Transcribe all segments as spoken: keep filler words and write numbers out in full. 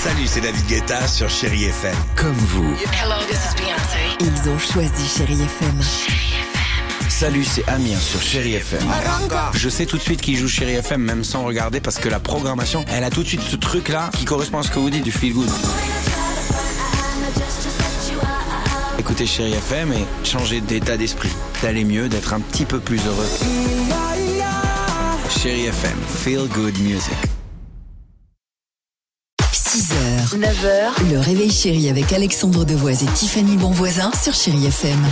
Salut, c'est David Guetta sur Chérie F M. Comme vous. Hello, this is Beyoncé. Ils ont choisi Chérie F M. Salut, c'est Amir sur Chérie F M. Je sais tout de suite qui joue Chérie F M, même sans regarder, parce que la programmation, elle a tout de suite ce truc-là qui correspond à ce que vous dites du feel good. Écoutez Chérie F M et changez d'état d'esprit, d'aller mieux, d'être un petit peu plus heureux. Chérie F M, feel good music. six heures, neuf heures, le réveil chéri avec Alexandre Devoise et Tiffany Bonvoisin sur Chérie F M.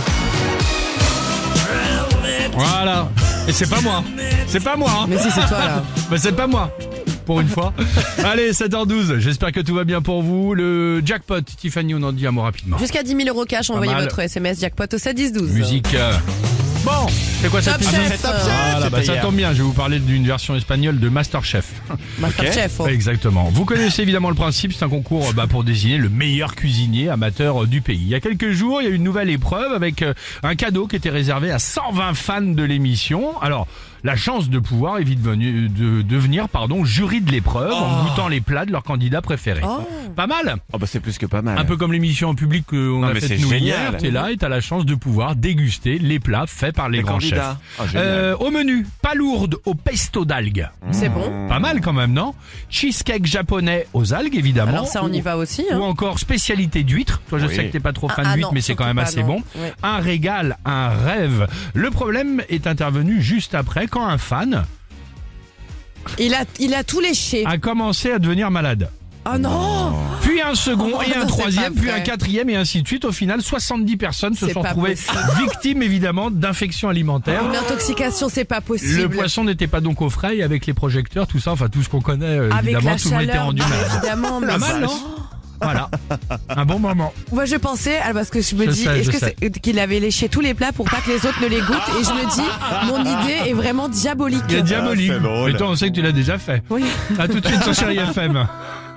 Voilà. Et c'est pas moi. C'est pas moi. Hein. Mais si, c'est toi là. Mais c'est pas moi. Pour une fois. Allez, sept heures douze. J'espère que tout va bien pour vous. Le jackpot, Tiffany, on en dit un mot rapidement. Jusqu'à dix mille euros cash, envoyez votre S M S jackpot au sept dix douze. Musique. Euh... Bon, c'est quoi cette Top musique? Chef. Voilà, bah, ça tombe bien, je vais vous parler d'une version espagnole de Masterchef. Masterchef. Oh. Exactement. Vous connaissez évidemment le principe, c'est un concours bah, pour désigner le meilleur cuisinier amateur du pays. Il y a quelques jours, il y a eu une nouvelle épreuve avec euh, un cadeau qui était réservé à cent vingt fans de l'émission. Alors, la chance de pouvoir évite de, de devenir pardon, jury de l'épreuve oh. en goûtant les plats de leur candidat préféré. Oh. Pas mal. Oh bah c'est plus que pas mal. Un peu comme l'émission en public qu'on non, a faite nous génial. hier. T'es là et t'as la chance de pouvoir déguster les plats faits par les, les grands candidats. chefs. Oh, euh, au menu, palourde au pesto d'algues. Mmh. C'est bon. Pas mal quand même, non? Cheesecake japonais aux algues, évidemment. Alors ça, on y va aussi. Hein. Ou encore spécialité d'huîtres. Toi, je oui. sais que t'es pas trop fan ah, d'huîtres, ah, mais c'est quand même pas, assez non. bon. Oui. Un régal, un rêve. Le problème est intervenu juste après quand un fan... Il a, il a tout léché. A commencé à devenir malade. Oh non! Puis un second oh, et un non, troisième, puis un quatrième et ainsi de suite. Au final, soixante-dix personnes se c'est sont retrouvées victimes évidemment d'infections alimentaires. Une intoxication, c'est pas possible. Le poisson n'était pas donc au frais avec les projecteurs, tout ça, enfin tout ce qu'on connaît euh, avec évidemment, la tout le monde était chaleur, rendu malade. Évidemment, mais pas mal, non? Voilà, un bon moment. Moi je pensais, parce que je me je dis, sais, est-ce que sais. c'est qu'il avait léché tous les plats pour pas que les autres ne les goûtent? Et je me dis, mon idée est vraiment diabolique. Il est diabolique. Ah, mais toi on sait que tu l'as déjà fait. Oui. À tout de suite sur Chérie F M.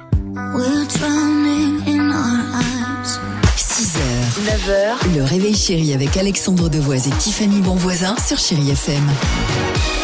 six heures, neuf heures, le réveil chéri avec Alexandre Devoise et Tiffany Bonvoisin sur Chérie F M.